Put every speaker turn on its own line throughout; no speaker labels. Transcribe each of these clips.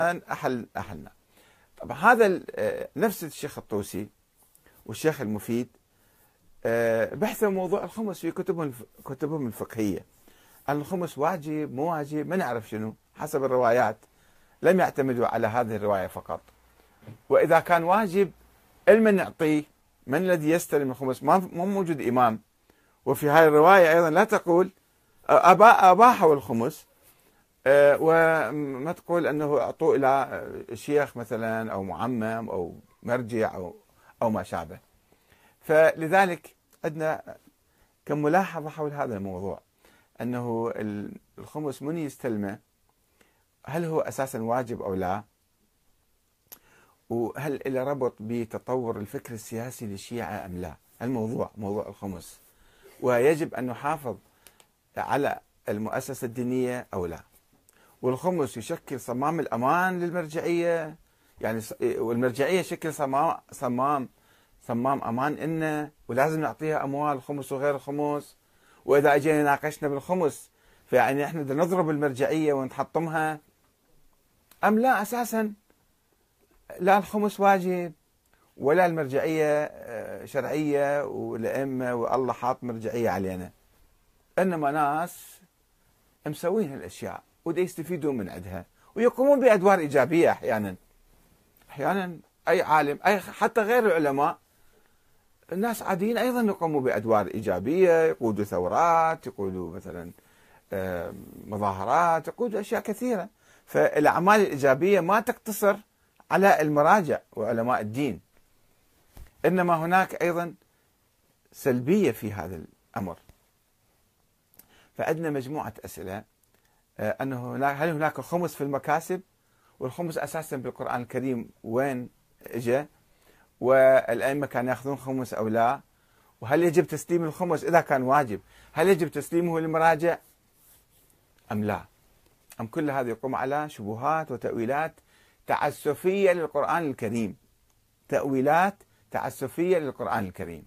أحلنا. طبعا هذا نفس الشيخ الطوسي والشيخ المفيد بحثوا موضوع الخمس في كتبهم الفقهية. الخمس واجب مو واجب ما نعرف شنو حسب الروايات، لم يعتمدوا على هذه الرواية فقط. وإذا كان واجب المن يعطيه؟ من الذي يستلم الخمس؟ ما موجود إمام. وفي هذه الرواية أيضا لا تقول أباحوا الخمس وما تقول أنه أعطوه إلى شيخ مثلا أو معمم أو مرجع أو ما شابه. فلذلك عندنا كم ملاحظة حول هذا الموضوع، أنه الخمس من يستلمه، هل هو أساسا واجب أو لا؟ وهل له ربط بتطور الفكر السياسي للشيعة أم لا؟ الموضوع موضوع الخمس، ويجب أن نحافظ على المؤسسة الدينية أو لا؟ والخمس يشكل صمام الأمان للمرجعية، يعني والمرجعية شكل صمام أمان إنه، ولازم نعطيها أموال الخمس وغير الخمس. وإذا أجينا ناقشنا بالخمس فيعني إحنا بدنا نضرب المرجعية ونحطمها أم لا؟ أساسا لا الخمس واجب ولا المرجعية شرعية والأئمة والله حاط مرجعية علينا، إنما ناس مسوين هالأشياء ودي يستفيدون من عندها ويقومون بأدوار إيجابية. أحيانا أي عالم حتى غير العلماء، الناس عاديين أيضا يقوموا بأدوار إيجابية، يقودوا ثورات، يقودوا مثلا مظاهرات، يقودوا أشياء كثيرة. فالأعمال الإيجابية ما تقتصر على المراجع وعلماء الدين، إنما هناك أيضا سلبية في هذا الأمر. فعندنا مجموعة أسئلة، أنه هل هناك خمس في المكاسب؟ والخمس أساسا بالقرآن الكريم وين إجا؟ والأئمة كانوا يأخذون خمس أو لا؟ وهل يجب تسليم الخمس إذا كان واجب؟ هل يجب تسليمه للمراجع أم لا؟ أم كل هذا يقوم على شبهات وتأويلات تعسفية للقرآن الكريم، تأويلات تعسفية للقرآن الكريم.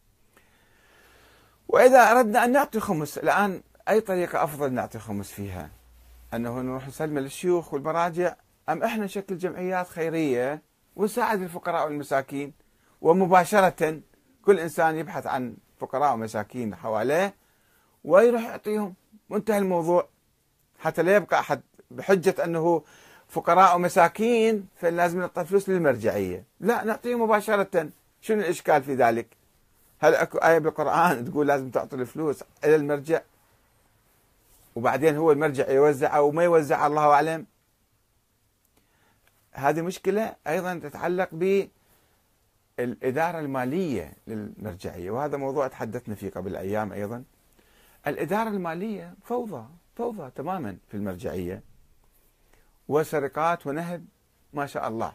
وإذا أردنا أن نعطي خمس الآن، أي طريقة أفضل نعطي خمس فيها؟ أنه نروح نسلم للشيوخ والمراجع، أم إحنا نشكل جمعيات خيرية ونساعد الفقراء والمساكين، ومباشرة كل إنسان يبحث عن فقراء ومساكين حواليه ويروح يعطيهم وانتهى الموضوع، حتى لا يبقى أحد بحجة أنه فقراء ومساكين فلازم نعطي فلوس للمرجعية. لا، نعطيهم مباشرة. شنو الإشكال في ذلك؟ هل أكو آية بالقرآن تقول لازم تعطي الفلوس إلى المرجع وبعدين هو المرجع يوزع أو ما يوزع الله أعلم؟ هذه مشكلة أيضا تتعلق بالإدارة المالية للمرجعية، وهذا موضوع تحدثنا فيه قبل أيام أيضا. الإدارة المالية فوضى تماما في المرجعية، وسرقات ونهب ما شاء الله.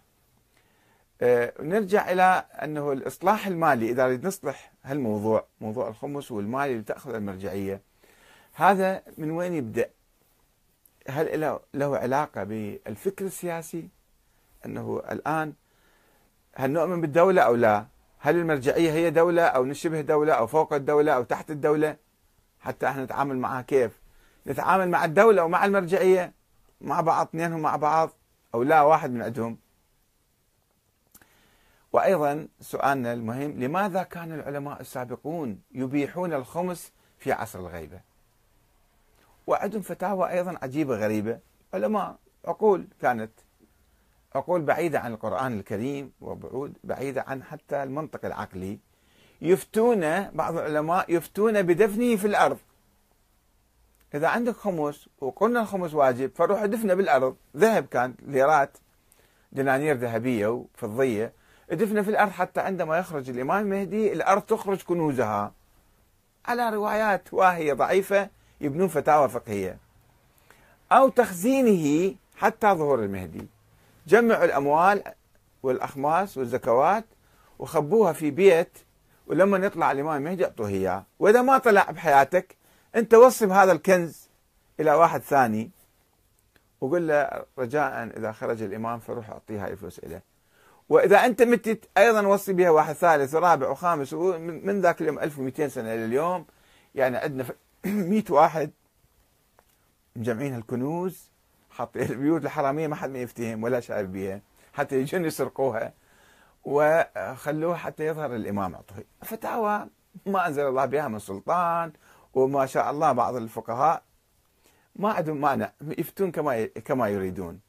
نرجع إلى أنه الإصلاح المالي، إذا نريد نصلح هالموضوع، موضوع الخمس والمالي اللي تأخذ المرجعية، هذا من وين يبدأ؟ هل له علاقة بالفكر السياسي؟ أنه الآن هل نؤمن بالدولة أو لا؟ هل المرجعية هي دولة أو نشبه دولة أو فوق الدولة أو تحت الدولة؟ حتى احنا نتعامل معها كيف؟ نتعامل مع الدولة ومع المرجعية مع بعض، اثنينهم مع بعض، أو لا واحد من عندهم؟ وأيضا سؤالنا المهم، لماذا كان العلماء السابقون يبيحون الخمس في عصر الغيبة؟ وعندهم فتاوى أيضا عجيبة غريبة. علماء كانت عقول بعيدة عن القرآن الكريم وبعيدة عن حتى المنطق العقلي، يفتون، بعض العلماء يفتون بدفنه في الأرض. إذا عندك خمس وقلنا الخمس واجب فروح دفنه بالأرض، ذهب كان ليرات دنانير ذهبية وفضية، دفنه في الأرض حتى عندما يخرج الإمام المهدي الأرض تخرج كنوزها. على روايات واهية ضعيفة يبنون فتاوى فقهية. أو تخزينه حتى ظهور المهدي، جمعوا الأموال والأخماس والزكوات وخبوها في بيت، ولما يطلع الإمام المهدي يعطوه إياه. وإذا ما طلع بحياتك أنت وصب هذا الكنز إلى واحد ثاني وقل له رجاء إذا خرج الإمام فروح أعطيه هاي الفلوس إليه. وإذا أنت متت أيضا وصي بها واحد ثالث ورابع وخامس، من ذاك اليوم 1200 سنة إلى اليوم يعني عندنا 100 واحد مجمعين الكنوز حاطين البيوت الحرامية ما حد ما يفتهم ولا شايف بيها، حتى يجون يسرقوها، وخلوه حتى يظهر الإمام عطوه فتاوى ما أنزل الله بها من سلطان. وما شاء الله بعض الفقهاء ما عندهم مانع يفتون كما يريدون.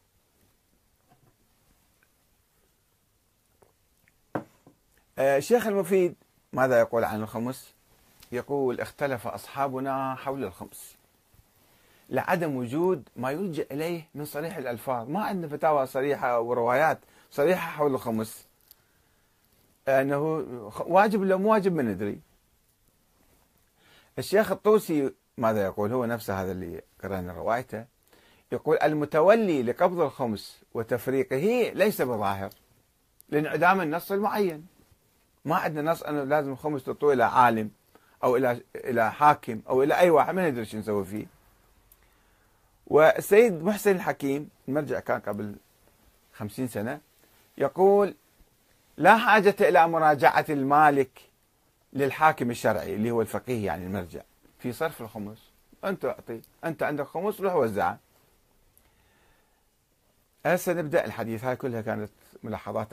الشيخ المفيد ماذا يقول عن الخمس؟ يقول: اختلف أصحابنا حول الخمس لعدم وجود ما يلجأ إليه من صريح الألفاظ. ما عندنا فتاوى صريحة وروايات صريحة حول الخمس، أنه واجب ولا مو واجب ما ندري. الشيخ الطوسي ماذا يقول؟ هو نفسه هذا اللي قرأنا روايته، يقول: المتولي لقبض الخمس وتفريقه ليس بظاهر لانعدام النص المعين. ما عندنا نص أنه لازم الخمس تعطوه إلى عالم أو إلى حاكم أو إلى أي واحد، ما ندري شو نسوي فيه. والسيد محسن الحكيم المرجع كان قبل 50 سنة يقول: لا حاجة إلى مراجعة المالك للحاكم الشرعي اللي هو الفقيه يعني المرجع في صرف الخمس. أنت أعطي، أنت عندك خمس روح وزعه. هسه نبدأ الحديث. هاي كلها كانت ملاحظات